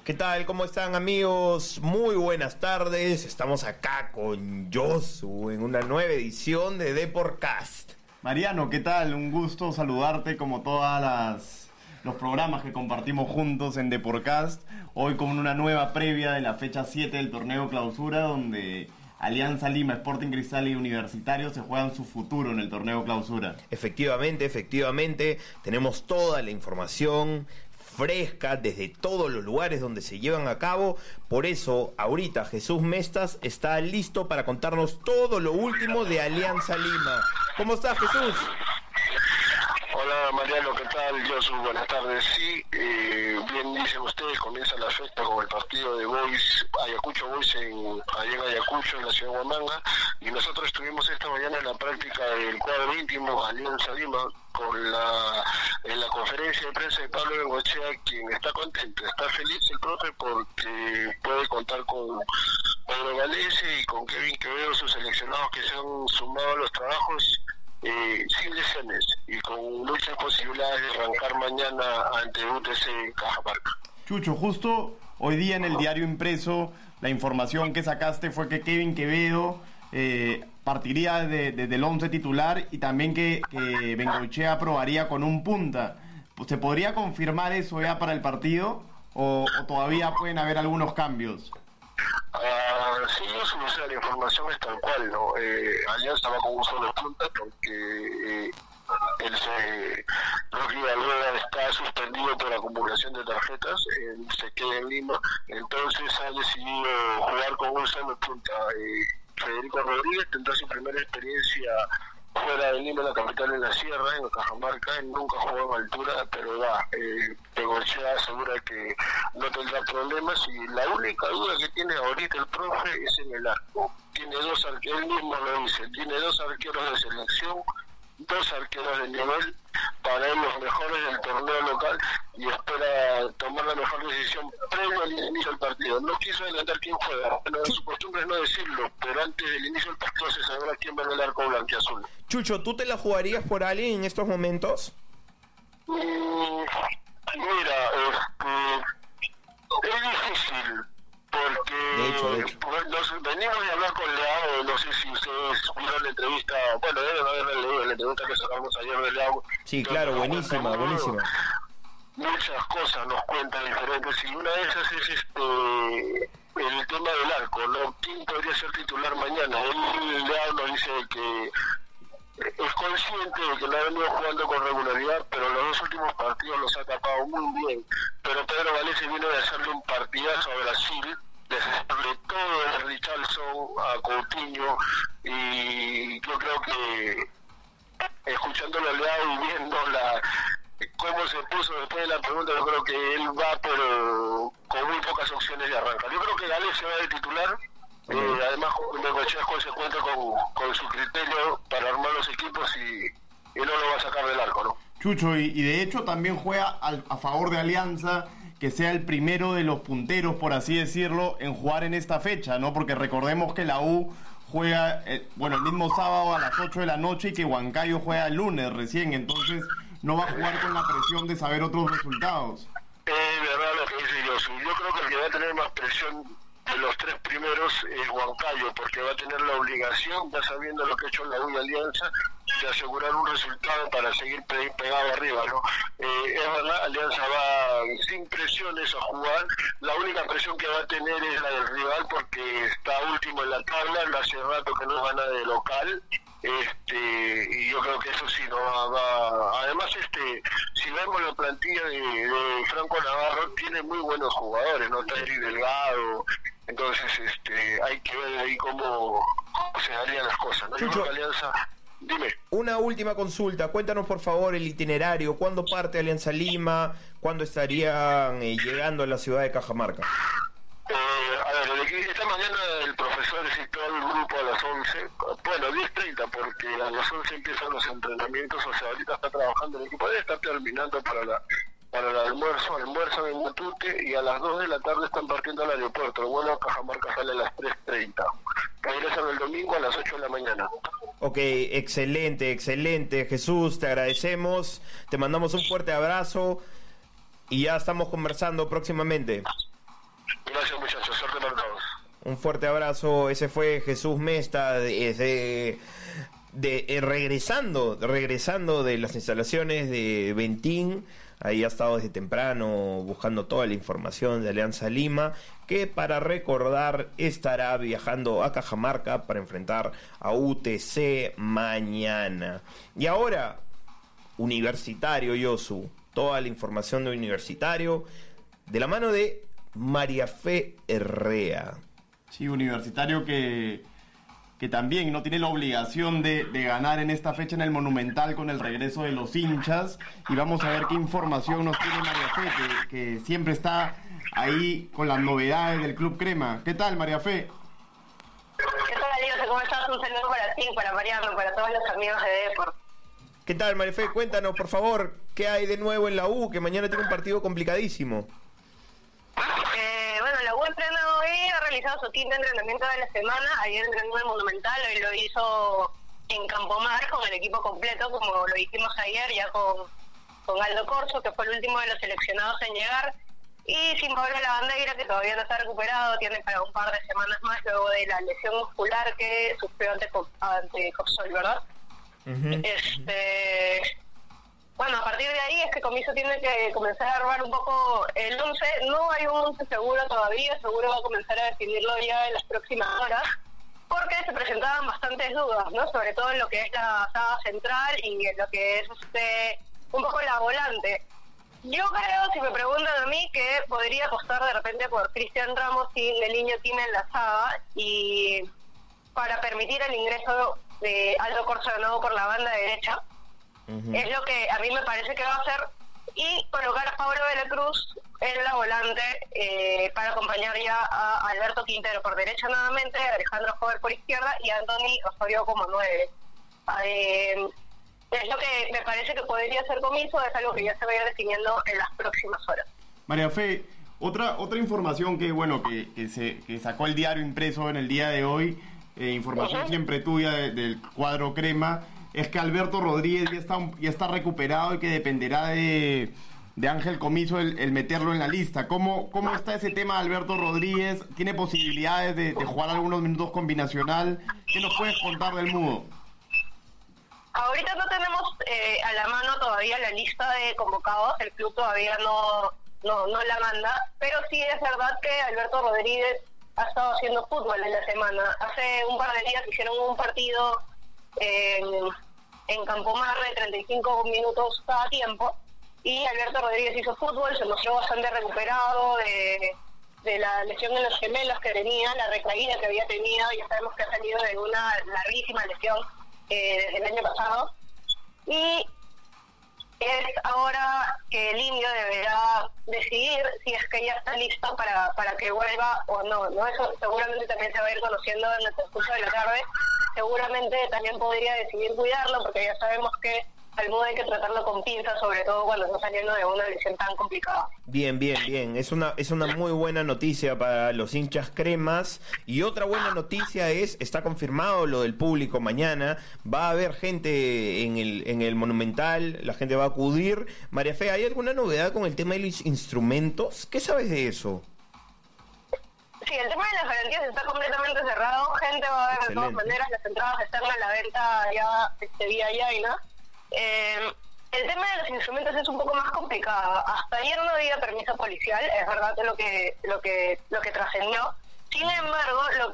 ¿Qué tal? ¿Cómo están, amigos? Muy buenas tardes. Estamos acá con Josu en una nueva edición de Deporcast. Mariano, ¿qué tal? Un gusto saludarte como todas los programas que compartimos juntos en Deporcast. Hoy con una nueva previa de la fecha 7 del torneo Clausura, donde Alianza Lima, Sporting Cristal y Universitario se juegan su futuro en el torneo Clausura. Efectivamente, tenemos toda la información fresca desde todos los lugares donde se llevan a cabo. Por eso ahorita Jesús Mestas está listo para contarnos todo lo último de Alianza Lima. ¿Cómo estás, Jesús? Hola Mariano, ¿qué tal? Josu, buenas tardes. Sí, bien dicen ustedes, comienza la fiesta con el partido de Boys, Ayacucho Boys allá en Ayacucho, en la ciudad de Huamanga, y nosotros estuvimos esta mañana en la práctica del cuadro íntimo Alianza Lima en la conferencia de prensa de Pablo Bengochea, quien está contento, está feliz el profe porque puede contar con Pedro Galese y con Kevin Quevedo, sus seleccionados que se han sumado a los trabajos sin lesiones y con muchas posibilidades de arrancar mañana ante UTC en Cajamarca. Chucho, justo hoy día en el diario impreso la información que sacaste fue que Kevin Quevedo partiría desde el 11 titular y también que Bengochea probaría con un punta. ¿Se podría confirmar eso ya para el partido o todavía pueden haber algunos cambios? Sí, la información es tal cual, ¿no? Alianza va con un solo punta porque Rocky Balboa está suspendido por acumulación de tarjetas, se queda en Lima, entonces ha decidido jugar con un solo punta. Federico Rodríguez tendrá su primera experiencia fuera de Lima, la capital, en la sierra, en Cajamarca. Él nunca jugó en altura, pero Bengochea asegura que no tendrá problemas, y la única duda que tiene ahorita el profe es en el arco. Tiene dos arqueros, él mismo lo dice, tiene dos arqueros de selección, dos arqueros de nivel, para él los mejores del torneo local, y espera tomar la mejor decisión previo al inicio del partido. No quiso adelantar quién juega, bueno, su costumbre es no decirlo, pero antes del inicio del partido se sabrá quién va en el arco blanquiazul. Chucho, ¿tú te la jugarías por alguien en estos momentos? Mira, es difícil, porque de hecho. Venimos de hablar con Leao. No sé si ustedes vieron la entrevista, bueno, deben haber leído la entrevista que sacamos ayer de Leao. Sí, claro, buenísima. Muchas cosas nos cuentan diferentes, y una de esas es el tema del arco, ¿no? ¿Quién podría ser titular mañana? Leao nos dice que es consciente de que no ha venido jugando con regularidad, pero los dos últimos partidos los ha tapado muy bien. Pero Pedro Galese vino de hacerle un partidazo a Brasil, de hacerle todo el Richarlison a Coutinho, y yo creo que escuchándolo a Leao y viendo cómo se puso después de la pregunta, yo creo que él va, pero con muy pocas opciones de arrancar. Yo creo que Galese va de titular. Además, Bengochea es consecuente con su criterio para armar los equipos, y no lo va a sacar del arco, ¿no? Chucho, y de hecho también juega a favor de Alianza que sea el primero de los punteros, por así decirlo, en jugar en esta fecha, ¿no? Porque recordemos que la U juega, el mismo sábado a las 8 de la noche, y que Huancayo juega el lunes recién, entonces no va a jugar con la presión de saber otros resultados. Verdad lo que dice Josu. Yo creo que el que va a tener más presión de los tres primeros es Huancayo, porque va a tener la obligación, ya sabiendo lo que ha hecho la U y Alianza, de asegurar un resultado para seguir pegado arriba, ¿no? Es verdad, Alianza va sin presiones a jugar. La única presión que va a tener es la del rival, porque está último en la tabla, no hace rato que no gana de local, y yo creo que eso sí no va. Además, si vemos la plantilla de Franco Navarro, tiene muy buenos jugadores, ¿no? Está Eric Delgado. Entonces hay que ver ahí cómo se darían las cosas, ¿no? Yo creo que Alianza... Dime. Una última consulta, cuéntanos por favor el itinerario, ¿cuándo parte Alianza Lima? ¿Cuándo estarían llegando a la ciudad de Cajamarca? Esta mañana el profesor citó al grupo a las 11, bueno, 10:30, porque a las 11 empiezan los entrenamientos, o sea, ahorita está trabajando el equipo, debe estar terminando para el almuerzan en Matute, y a las 2 de la tarde están partiendo al aeropuerto. El vuelo a Cajamarca sale a las 3:30. Regresan el domingo a las 8 de la mañana. Ok, excelente, Jesús, te agradecemos, te mandamos un fuerte abrazo y ya estamos conversando próximamente. Gracias, muchachos. Suerte para todos. Un fuerte abrazo. Ese fue Jesús Mesta regresando de las instalaciones de Ventín. Ahí ha estado desde temprano buscando toda la información de Alianza Lima, que para recordar estará viajando a Cajamarca para enfrentar a UTC mañana. Y ahora, Universitario, Yosu. Toda la información de Universitario de la mano de María Fe Herrea. Sí, Universitario que también no tiene la obligación de ganar en esta fecha en el Monumental con el regreso de los hinchas. Y vamos a ver qué información nos tiene María Fe, que siempre está ahí con las novedades del Club Crema. ¿Qué tal, María Fe? ¿Qué tal, Alianza? ¿Cómo estás? Un saludo para ti, para Mariano, para todos los amigos de Depor. ¿Qué tal, María Fe? Cuéntanos, por favor, ¿qué hay de nuevo en la U? Que mañana tiene un partido complicadísimo. Bueno, la U entrenó hoy, ha realizado su quinto entrenamiento de la semana. Ayer entrenó en el Monumental, hoy lo hizo en Campomar con el equipo completo, como lo hicimos ayer, ya con Aldo Corso, que fue el último de los seleccionados en llegar, y sin Pablo Lavandeira, que todavía no está recuperado, tiene para un par de semanas más luego de la lesión muscular que sufrió ante Copsol, ¿verdad? Uh-huh. Bueno, a partir de ahí es que Comiso tiene que comenzar a armar un poco el 11. No hay un 11 seguro todavía, seguro va a comenzar a definirlo ya en las próximas horas, porque se presentaban bastantes dudas, ¿no? Sobre todo en lo que es la saga central y en lo que es un poco la volante. Yo creo, si me preguntan a mí, que podría apostar de repente por Cristian Ramos y Neliño Quina en la saga, y para permitir el ingreso de Aldo Corso de nuevo por la banda derecha. Uh-huh. Es lo que a mí me parece que va a hacer, y colocar a Pablo de la Cruz en la volante para acompañar ya a Alberto Quintero por derecha nuevamente, a Alejandro Jover por izquierda y a Anthony Osorio como 9. Es lo que me parece que podría ser Comiso, es algo que ya se va a ir definiendo en las próximas horas. María Fe, otra información que sacó el diario impreso en el día de hoy, información siempre tuya del cuadro Crema, es que Alberto Rodríguez ya está recuperado y que dependerá de Ángel Comiso el meterlo en la lista. ¿Cómo está ese tema de Alberto Rodríguez? ¿Tiene posibilidades de jugar algunos minutos con Binacional? ¿Qué nos puedes contar del Mudo? Ahorita no tenemos a la mano todavía la lista de convocados, el club todavía no la manda, pero sí es verdad que Alberto Rodríguez ha estado haciendo fútbol en la semana. Hace un par de días hicieron un partido en Campomar de 35 minutos cada tiempo, y Alberto Rodríguez hizo fútbol, se mostró bastante recuperado de la lesión en los gemelos que tenía, la recaída que había tenido. Ya sabemos que ha salido de una larguísima lesión desde el año pasado, y es ahora que el Indio deberá decidir si es que ya está listo para que vuelva o no. Eso seguramente también se va a ir conociendo en el transcurso de la tarde. Seguramente también podría decidir cuidarlo, porque ya sabemos que al Mudo hay que tratarlo con pinzas, sobre todo cuando está saliendo de una lesión tan complicada. Bien. Es una muy buena noticia para los hinchas cremas. Y otra buena noticia está confirmado lo del público mañana. Va a haber gente en el Monumental, la gente va a acudir. María Fe, ¿hay alguna novedad con el tema de los instrumentos? ¿Qué sabes de eso? Sí, el tema de las garantías está completamente cerrado. Gente va a ver. Excelente. De todas maneras, las entradas están a la venta ya vía Yaina. El tema de los instrumentos es un poco más complicado. Hasta ayer no había permiso policial, es verdad lo que trascendió. Sin embargo, lo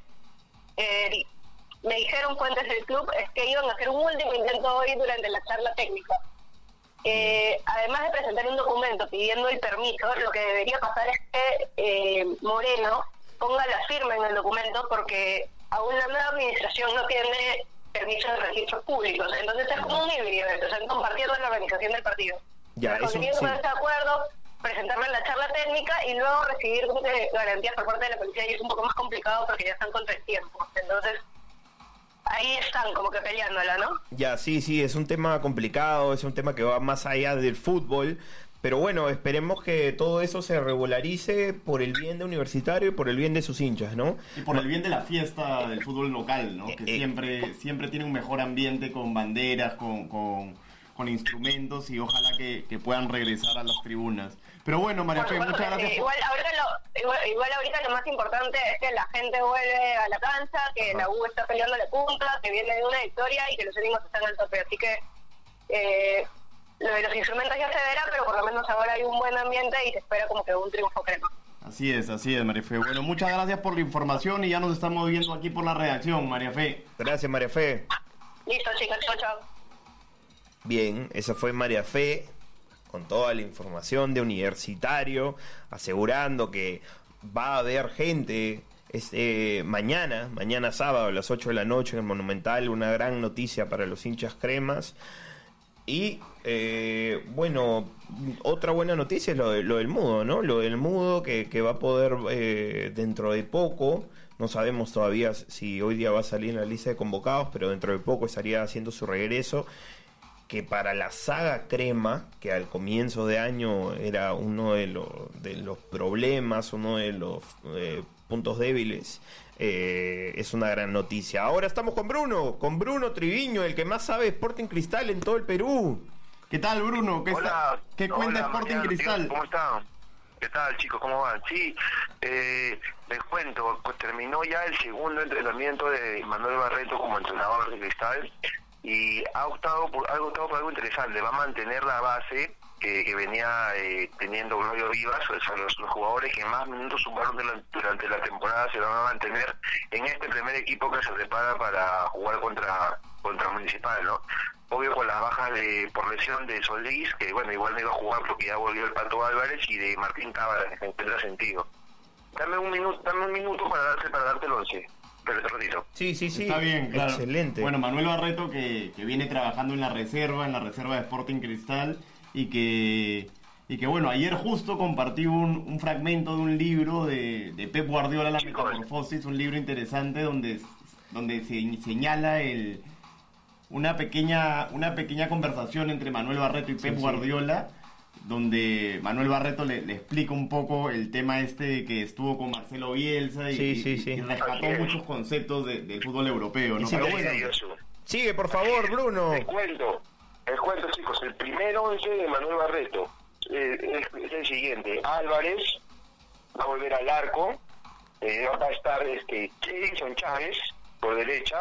que me dijeron fuentes del club es que iban a hacer un último intento hoy durante la charla técnica. Además de presentar un documento pidiendo el permiso, lo que debería pasar es que Moreno ponga la firma en el documento, porque aún la nueva administración no tiene permiso de registros públicos. Entonces es como un híbrido, están compartiendo la organización del partido. Ya, consiguiendo con este acuerdo, presentarlo en la charla técnica y luego recibir garantías por parte de la policía, y es un poco más complicado porque ya están contra el tiempo. Entonces ahí están como que peleándola, ¿no? Ya, sí, es un tema complicado, es un tema que va más allá del fútbol, pero bueno, esperemos que todo eso se regularice por el bien de Universitario y por el bien de sus hinchas, ¿no? Y por el bien de la fiesta del fútbol local, ¿no? Que siempre tiene un mejor ambiente con banderas, con con instrumentos y ojalá que puedan regresar a las tribunas. Pero bueno, María Fe, muchas gracias. Igual ahorita lo más importante es que la gente vuelve a la cancha, que la U está peleando la punta, que viene de una victoria y que los ánimos están al tope. Así que lo de los instrumentos ya se verá, pero por lo menos ahora hay un buen ambiente y se espera como que un triunfo crema. Así es, María Fe. Bueno, muchas gracias por la información y ya nos estamos viendo aquí por la redacción, María Fe. Gracias, María Fe. Listo, chicos, chao. Bien, esa fue María Fe con toda la información de Universitario, asegurando que va a haber gente mañana sábado a las 8 de la noche en el Monumental, una gran noticia para los hinchas cremas. Y bueno, otra buena noticia es lo del Mudo, ¿no? Lo del Mudo que va a poder dentro de poco, no sabemos todavía si hoy día va a salir en la lista de convocados, pero dentro de poco estaría haciendo su regreso, que para la saga crema, que al comienzo de año era uno de los problemas, uno de los puntos débiles, es una gran noticia. Ahora estamos con Bruno Triviño, el que más sabe Sporting Cristal en todo el Perú. ¿Qué tal, Bruno? ¿Qué cuenta Sporting Cristal? ¿Cómo están? ¿Qué tal, chicos? ¿Cómo van? Sí, les cuento, pues terminó ya el segundo entrenamiento de Manuel Barreto como entrenador de Cristal y ha optado por algo interesante. Va a mantener la base que venía teniendo Glorio Vivas, o sea, los jugadores que más minutos sumaron durante la temporada se van a mantener en este primer equipo que se prepara para jugar contra Municipal, ¿no? Obvio con las bajas por lesión de Solís, que bueno, igual no iba a jugar porque ya volvió el Pato Álvarez, y de Martín Cámara, que se encuentra sentido. Dame un minuto para darte el 11. Pero te ratito. Sí. Está bien, claro. Excelente. Bueno, Manuel Barreto que viene trabajando en la reserva de Sporting Cristal y que bueno, ayer justo compartí un fragmento de un libro de Pep Guardiola, La Metamorfosis, un libro interesante donde se señala una pequeña conversación entre Manuel Barreto y Pep Guardiola, donde Manuel Barreto le explica un poco el tema de que estuvo con Marcelo Bielsa y rescató muchos conceptos del fútbol europeo, ¿no? Pero bueno, sigue, por favor, Bruno. Les cuento, chicos, el primer 11 de Manuel Barreto es el siguiente: Álvarez va a volver al arco, va a estar Edinson Chávez por derecha,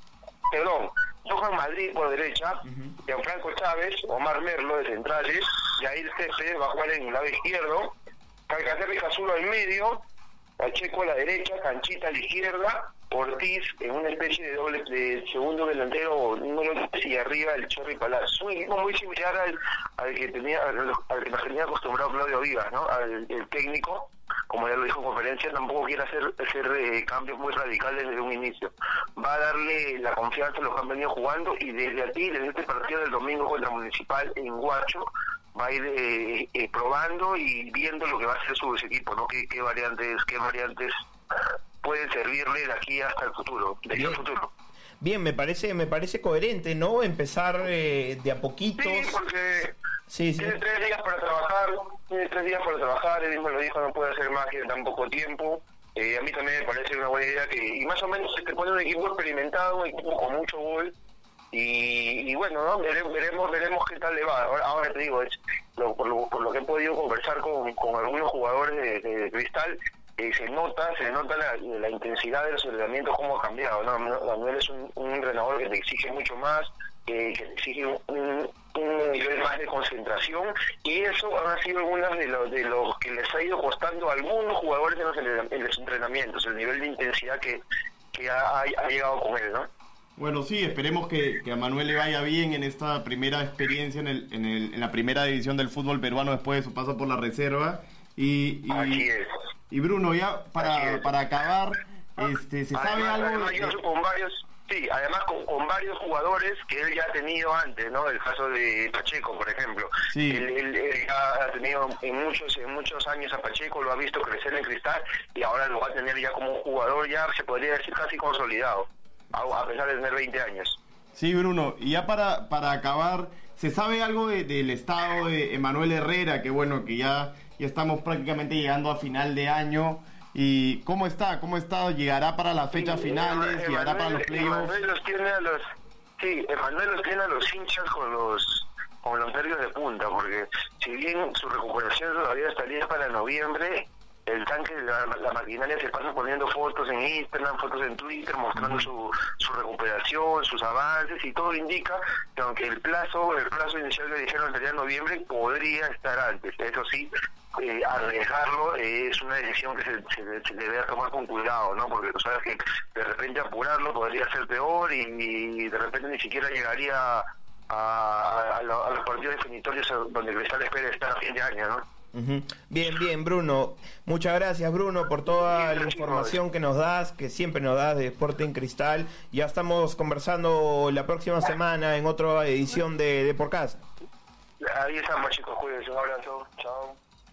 Johan Madrid por derecha, Gianfranco Chávez, Omar Merlo de centrales, Jair Céspedes va a jugar en el lado izquierdo, Calcaterra y Casulo al medio, Pacheco a la derecha, Canchita a la izquierda, Ortiz en una especie de doble de segundo delantero número 3 y arriba el Chorri Palacio. Un equipo muy similar al que nos tenía acostumbrado Claudio Vivas, ¿no? El técnico, como ya lo dijo en conferencia, tampoco quiere hacer cambios muy radicales desde un inicio. Va a darle la confianza a los que han venido jugando, y desde este partido del domingo contra Municipal en Huacho va a ir probando y viendo lo que va a hacer su equipo, ¿no? Qué variantes pueden servirle de aquí hasta el futuro, Bien, me parece coherente, ¿no? Empezar de a poquitos. Sí, porque tiene 3 días para trabajar, él mismo lo dijo, no puede hacer magia en tan poco tiempo. A mí también me parece una buena idea y más o menos se te pone un equipo experimentado, un equipo con mucho gol, y bueno, ¿no? veremos qué tal le va. Ahora te digo, por lo que he podido conversar con algunos jugadores de Cristal, se nota la intensidad de los entrenamientos, cómo ha cambiado, ¿no? Manuel es un entrenador que te exige mucho más, que te exige un nivel más de concentración, y eso han sido algunos de los que les ha ido costando a algunos jugadores en los entrenamientos, el nivel de intensidad que ha llegado con él, ¿no? Bueno, sí, esperemos que a Manuel le vaya bien en esta primera experiencia en la primera división del fútbol peruano después de su paso por la reserva. Así es. Y Bruno, ya para acabar, ¿se sabe algo? Además con varios jugadores que él ya ha tenido antes, ¿no? El caso de Pacheco, por ejemplo. Sí. Él ya ha tenido en muchos años a Pacheco, lo ha visto crecer en Cristal, y ahora lo va a tener ya como un jugador, ya se podría decir casi consolidado, a pesar de tener 20 años. Sí, Bruno, y ya para acabar, ¿se sabe algo del estado de Emanuel Herrera? Que bueno, que ya estamos prácticamente llegando a final de año. ¿Y cómo está? ¿Llegará para las fechas finales? ¿Llegará para los playoffs? Emanuel los tiene a los hinchas con con los nervios de punta, porque si bien su recuperación todavía estaría para noviembre, el tanque, la maquinaria se pasa poniendo fotos en Instagram, fotos en Twitter, mostrando su recuperación, sus avances, y todo indica que aunque el plazo inicial que dijeron sería noviembre, podría estar antes. Eso sí, arriesgarlo es una decisión que se debe tomar con cuidado, ¿no? Porque tú sabes que de repente apurarlo podría ser peor y de repente ni siquiera llegaría a los partidos definitorios donde Cristal espera estar a fin de año, ¿no? Bien, Bruno. Muchas gracias, Bruno, por toda la información que nos das, que siempre nos das de Sporting Cristal. Ya estamos conversando la próxima semana en otra edición de Podcast. Ahí estamos, chicos, cuídense, un abrazo, chao.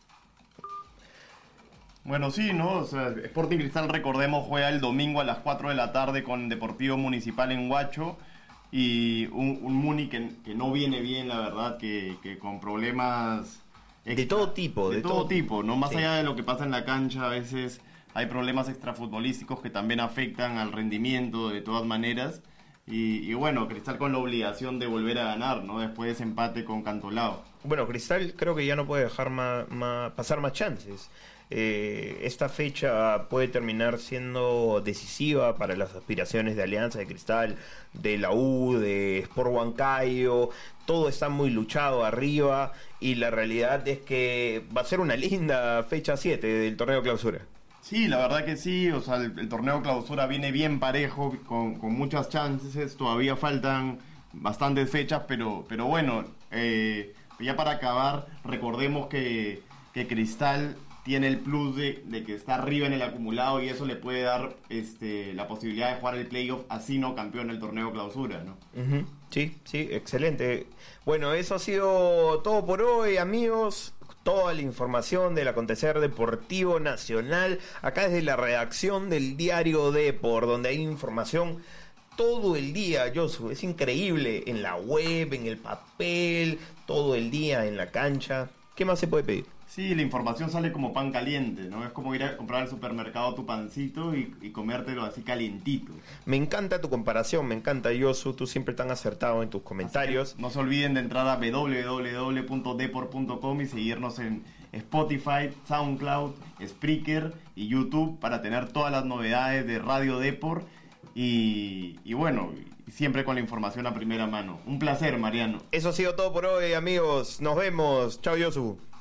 Bueno, sí, ¿no? O sea, Sporting Cristal, recordemos, juega el domingo a las 4 de la tarde con Deportivo Municipal en Huacho. Y un Muni que no viene bien, la verdad, que con problemas de todo tipo. De todo tipo, ¿no? Más allá de lo que pasa en la cancha, a veces hay problemas extrafutbolísticos que también afectan al rendimiento de todas maneras. Y bueno, Cristal con la obligación de volver a ganar, ¿no? Después de ese empate con Cantolao. Bueno, Cristal creo que ya no puede dejar pasar más chances. Esta fecha puede terminar siendo decisiva para las aspiraciones de Alianza, de Cristal, de la U, de Sport Huancayo. Todo está muy luchado arriba y la realidad es que va a ser una linda fecha 7 del torneo clausura. Sí, la verdad que sí, o sea, el torneo clausura viene bien parejo, con muchas chances, todavía faltan bastantes fechas, pero bueno, ya para acabar, recordemos que Cristal tiene el plus de que está arriba en el acumulado y eso le puede dar la posibilidad de jugar el playoff, así no campeón el torneo clausura, ¿no? Sí, excelente. Bueno, eso ha sido todo por hoy, amigos. Toda la información del acontecer deportivo nacional, acá desde la redacción del diario Depor, donde hay información todo el día, Josu. Es increíble, en la web, en el papel, todo el día en la cancha. ¿Qué más se puede pedir? Sí, la información sale como pan caliente, ¿no? Es como ir a comprar al supermercado tu pancito y comértelo así calientito. Me encanta tu comparación, me encanta, Josu. Tú siempre tan acertado en tus comentarios. No se olviden de entrar a www.depor.com y seguirnos en Spotify, SoundCloud, Spreaker y YouTube para tener todas las novedades de Radio Depor y bueno, siempre con la información a primera mano. Un placer, Mariano. Eso ha sido todo por hoy, amigos. Nos vemos. Chao, Josu.